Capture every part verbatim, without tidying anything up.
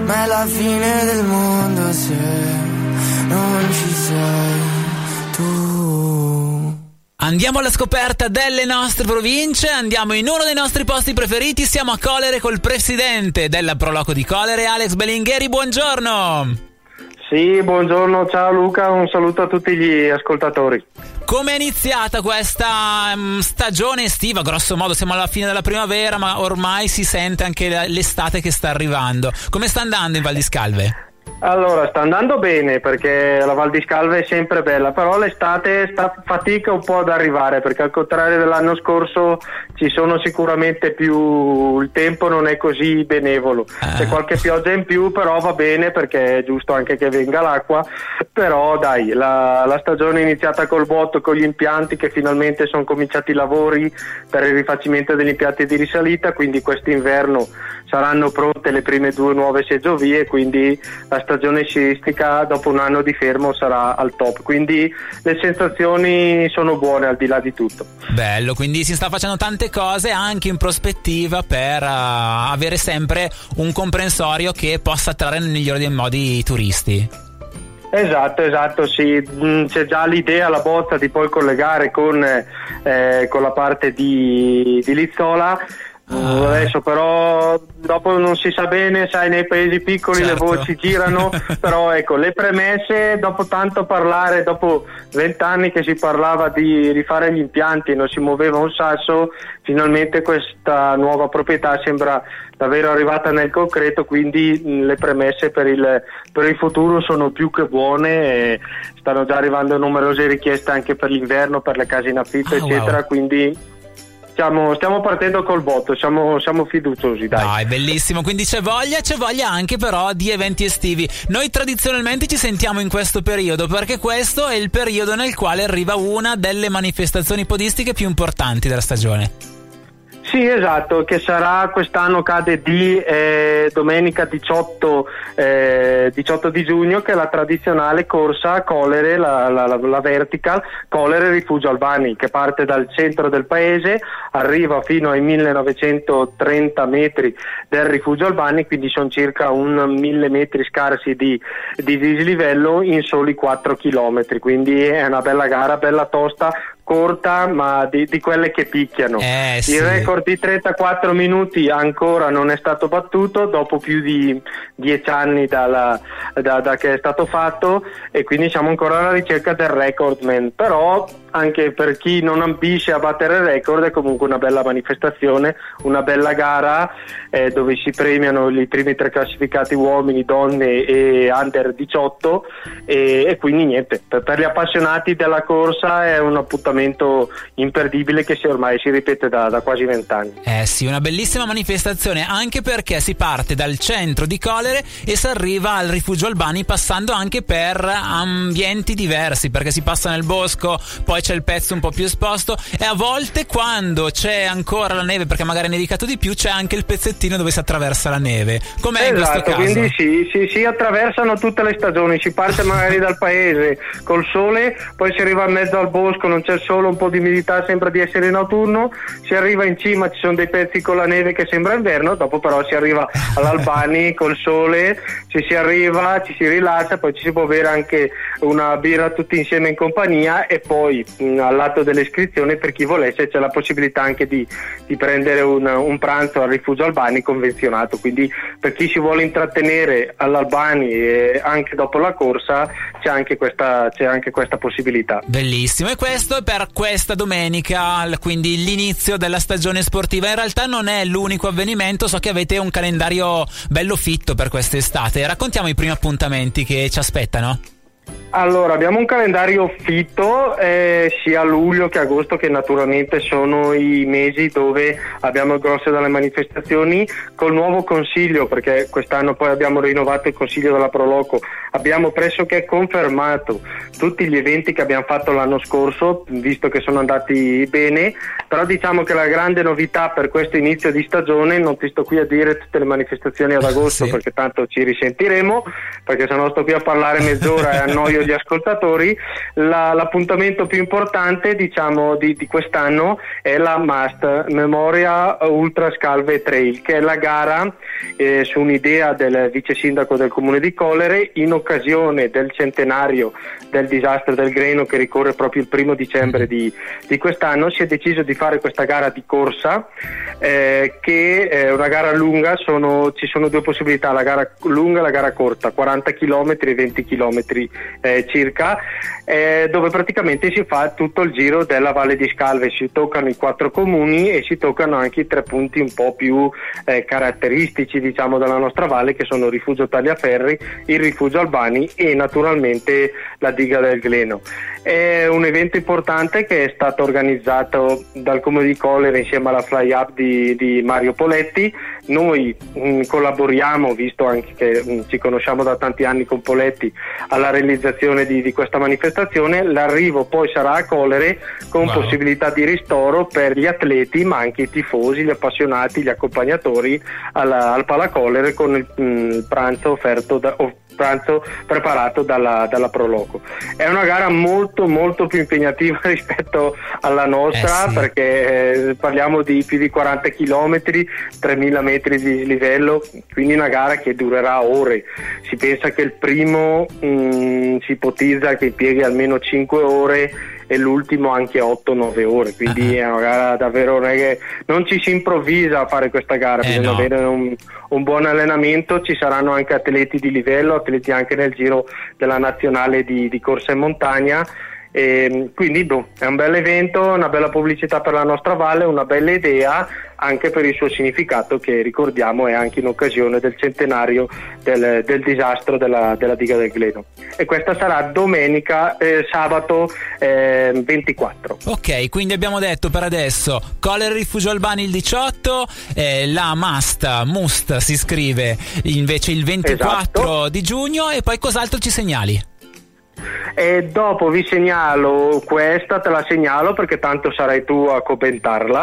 ma è la fine del mondo se non ci sei tu. Andiamo alla scoperta delle nostre province, andiamo in uno dei nostri posti preferiti, siamo a Colle col presidente della Proloco di Colle, Alex Belingheri, buongiorno. Sì, buongiorno, ciao Luca, un saluto a tutti gli ascoltatori. Come è iniziata questa um, stagione estiva? Grosso modo siamo alla fine della primavera, ma ormai si sente anche l'estate che sta arrivando. Come sta andando in Val di Scalve? Allora, sta andando bene perché la Val di Scalve è sempre bella, però l'estate sta fatica un po' ad arrivare perché al contrario dell'anno scorso ci sono sicuramente più, il tempo non è così benevolo, ah. c'è qualche pioggia in più, però va bene perché è giusto anche che venga l'acqua, però dai, la, la stagione è iniziata col botto, con gli impianti che finalmente sono cominciati i lavori per il rifacimento degli impianti di risalita, quindi quest'inverno saranno pronte le prime due nuove seggiovie, quindi la stagione sciistica dopo un anno di fermo sarà al top, quindi le sensazioni sono buone al di là di tutto. Bello, quindi si sta facendo tante cose anche in prospettiva per uh, avere sempre un comprensorio che possa attrarre nel migliore dei modi i turisti. Esatto, esatto, sì, c'è già l'idea, la bozza di poi collegare con, eh, con la parte di, di Lizzola. Uh, adesso però dopo non si sa bene, sai, nei paesi piccoli certo. Le voci girano, però ecco, le premesse, dopo tanto parlare, dopo vent'anni che si parlava di rifare gli impianti e non si muoveva un sasso, finalmente questa nuova proprietà sembra davvero arrivata nel concreto, quindi mh, le premesse per il, per il futuro sono più che buone e stanno già arrivando numerose richieste anche per l'inverno, per le case in affitto, oh, eccetera, wow. Quindi Stiamo, stiamo partendo col botto, siamo, siamo fiduciosi, dai. Dai, bellissimo, quindi c'è voglia, c'è voglia anche però di eventi estivi. Noi tradizionalmente ci sentiamo in questo periodo perché questo è il periodo nel quale arriva una delle manifestazioni podistiche più importanti della stagione. Sì, esatto, che sarà quest'anno cade di eh, domenica diciotto, eh, diciotto di giugno, che è la tradizionale corsa a Collere, la, la, la, la vertical Collere Rifugio Albani, che parte dal centro del paese, arriva fino ai millenovecentotrenta metri del Rifugio Albani, quindi sono circa un mille metri scarsi di, di dislivello in soli quattro chilometri, quindi è una bella gara, bella tosta, corta, ma di, di quelle che picchiano. Eh, sì. Il record di trentaquattro minuti ancora non è stato battuto dopo più di dieci anni dalla, da, da che è stato fatto, e quindi siamo ancora alla ricerca del recordman, però anche per chi non ambisce a battere il record è comunque una bella manifestazione, una bella gara eh, dove si premiano i primi tre classificati uomini, donne e under diciotto, e, e quindi niente, per, per gli appassionati della corsa è un appuntamento imperdibile che si, ormai si ripete da, da quasi vent'anni. Eh sì, una bellissima manifestazione, anche perché si parte dal centro di Collere e si arriva al Rifugio Albani passando anche per ambienti diversi, perché si passa nel bosco, poi c'è il pezzo un po' più esposto e a volte quando c'è ancora la neve, perché magari è nevicato di più, c'è anche il pezzettino dove si attraversa la neve. Com'è esatto, in questo caso? Quindi sì, sì, si attraversano tutte le stagioni, si parte magari dal paese col sole, poi si arriva in mezzo al bosco, non c'è il sole, un po' di umidità, sembra di essere in autunno, si arriva in cima, ci sono dei pezzi con la neve che sembra inverno, dopo però si arriva all'Albani col sole, ci si arriva, ci si rilassa, poi ci si può bere anche una birra tutti insieme in compagnia, e poi mh, al lato dell'iscrizione, per chi volesse, c'è la possibilità anche di, di prendere un, un pranzo al Rifugio Albani convenzionato, quindi per chi si vuole intrattenere all'Albani e anche dopo la corsa c'è anche questa, c'è anche questa possibilità. Bellissimo, e questo è per questa domenica, quindi l'inizio della stagione sportiva. In realtà non è l'unico avvenimento, so che avete un calendario bello fitto per quest'estate. Raccontiamo i primi appuntamenti che ci aspettano. Allora, abbiamo un calendario fitto eh, sia a luglio che agosto, che naturalmente sono i mesi dove abbiamo grosse delle manifestazioni, col nuovo consiglio, perché quest'anno poi abbiamo rinnovato il consiglio della Proloco, abbiamo pressoché confermato tutti gli eventi che abbiamo fatto l'anno scorso, visto che sono andati bene, però diciamo che la grande novità per questo inizio di stagione, non ti sto qui a dire tutte le manifestazioni ad agosto, sì, perché tanto ci risentiremo, perché sennò sto qui a parlare mezz'ora e annoio io gli ascoltatori, la, l'appuntamento più importante, diciamo, di, di quest'anno è la MUST, Memoria Ultra Scalve Trail, che è la gara eh, su un'idea del vice sindaco del comune di Collere in occasione del centenario del disastro del greno, che ricorre proprio il primo dicembre di, di quest'anno. Si è deciso di fare questa gara di corsa eh, che è una gara lunga, sono, ci sono due possibilità, la gara lunga e la gara corta, quaranta chilometri e venti chilometri eh, circa, eh, dove praticamente si fa tutto il giro della Valle di Scalve, si toccano i quattro comuni e si toccano anche i tre punti un po' più eh, caratteristici, diciamo, della nostra valle, che sono il rifugio Tagliaferri, il rifugio Albani e naturalmente la diga del Gleno. È un evento importante che è stato organizzato dal comune di Collere insieme alla Fly Up di, di Mario Poletti. Noi mh, collaboriamo, visto anche che mh, ci conosciamo da tanti anni con Poletti, alla realizzazione di, di questa manifestazione. L'arrivo poi sarà a Collere con wow. possibilità di ristoro per gli atleti, ma anche i tifosi, gli appassionati, gli accompagnatori alla, al Palacollere, con il, mh, il pranzo offerto da, oh, pranzo preparato dalla, dalla Proloco. È una gara molto molto più impegnativa rispetto alla nostra, eh sì. perché eh, parliamo di più di quaranta chilometri, tremila metri di livello, quindi una gara che durerà ore. Si pensa che il primo mh, si ipotizza che impieghi almeno cinque ore e l'ultimo anche otto nove ore, quindi uh-huh. è una gara davvero, non è che non ci si improvvisa a fare questa gara, eh bisogna no. avere un, un buon allenamento. Ci saranno anche atleti di livello, atleti anche nel giro della nazionale di, di corsa in montagna, e quindi boh, è un bel evento, una bella pubblicità per la nostra valle, una bella idea anche per il suo significato, che ricordiamo è anche in occasione del centenario del, del disastro della, della diga del Gleno. E questa sarà domenica, eh, sabato eh, ventiquattro. Ok, quindi abbiamo detto per adesso Collere Rifugio Albani il diciotto, eh, la Must, Must si scrive invece il ventiquattro esatto. di giugno, e poi cos'altro ci segnali? E dopo vi segnalo questa, te la segnalo perché tanto sarai tu a commentarla.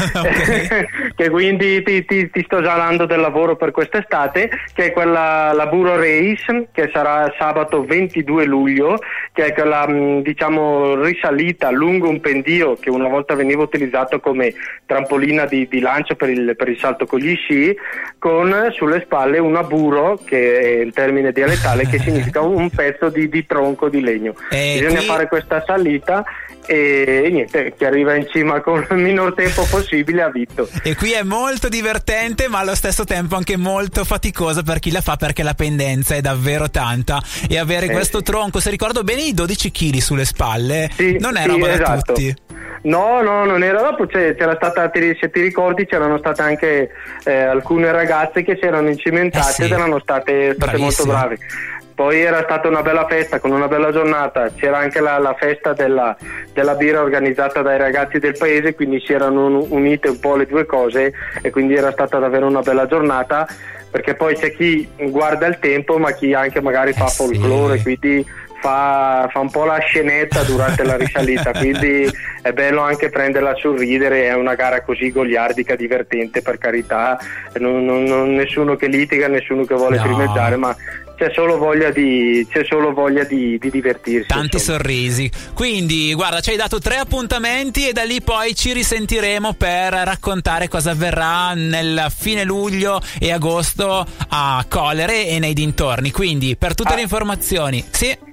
Che quindi ti, ti, ti sto già dando del lavoro per quest'estate, che è quella, la Buro Race, che sarà sabato ventidue luglio, che è quella, diciamo, risalita lungo un pendio che una volta veniva utilizzato come trampolina di, di lancio per il, per il salto con gli sci, con sulle spalle una buro, che è il termine dialettale che significa un pezzo di, di tronco di legno. E bisogna qui... fare questa salita e, e niente, chi arriva in cima con il minor tempo possibile ha vinto. E qui è molto divertente, ma allo stesso tempo anche molto faticosa per chi la fa, perché la pendenza è davvero tanta, e avere eh, questo sì. tronco, se ricordo bene, i dodici chili sulle spalle sì, non è sì, roba esatto. da tutti. No, no, non era. Dopo c'è, c'era stata, se ti ricordi, c'erano state anche eh, alcune ragazze che si erano incimentate eh sì. ed erano state, state molto brave. Poi era stata una bella festa con una bella giornata, c'era anche la, la festa della, della birra organizzata dai ragazzi del paese, quindi si erano unite un po' le due cose e quindi era stata davvero una bella giornata, perché poi c'è chi guarda il tempo ma chi anche magari fa eh folklore, sì. quindi fa, fa un po' la scenetta durante la risalita, quindi è bello anche prenderla sul ridere. È una gara così goliardica, divertente, per carità, non, non, non nessuno che litiga, nessuno che vuole no. primeggiare, ma c'è solo voglia di c'è solo voglia di, di divertirsi, tanti insomma. Sorrisi. Quindi guarda, ci hai dato tre appuntamenti e da lì poi ci risentiremo per raccontare cosa avverrà nel fine luglio e agosto a Collere e nei dintorni. Quindi per tutte ah. le informazioni sì.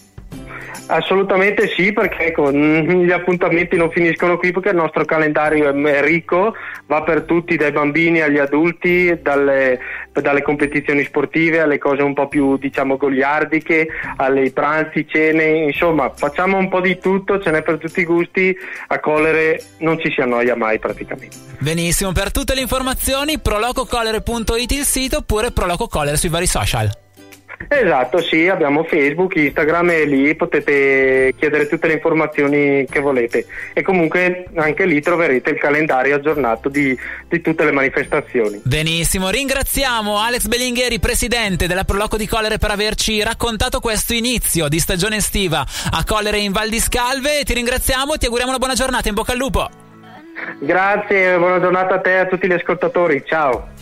Assolutamente sì, perché ecco, gli appuntamenti non finiscono qui, perché il nostro calendario è ricco, va per tutti, dai bambini agli adulti, dalle, dalle competizioni sportive alle cose un po' più, diciamo, goliardiche, alle pranzi, cene, insomma facciamo un po' di tutto, ce n'è per tutti i gusti. A Collere non ci si annoia mai praticamente. Benissimo, per tutte le informazioni prolococollere punto it il sito, oppure Proloco Collere sui vari social. Esatto, sì, abbiamo Facebook, Instagram e lì potete chiedere tutte le informazioni che volete, e comunque anche lì troverete il calendario aggiornato di, di tutte le manifestazioni. Benissimo, ringraziamo Alex Belingheri, presidente della Proloco di Collere, per averci raccontato questo inizio di stagione estiva a Collere in Val di Scalve. Ti ringraziamo, ti auguriamo una buona giornata, in bocca al lupo. Grazie, buona giornata a te e a tutti gli ascoltatori, ciao.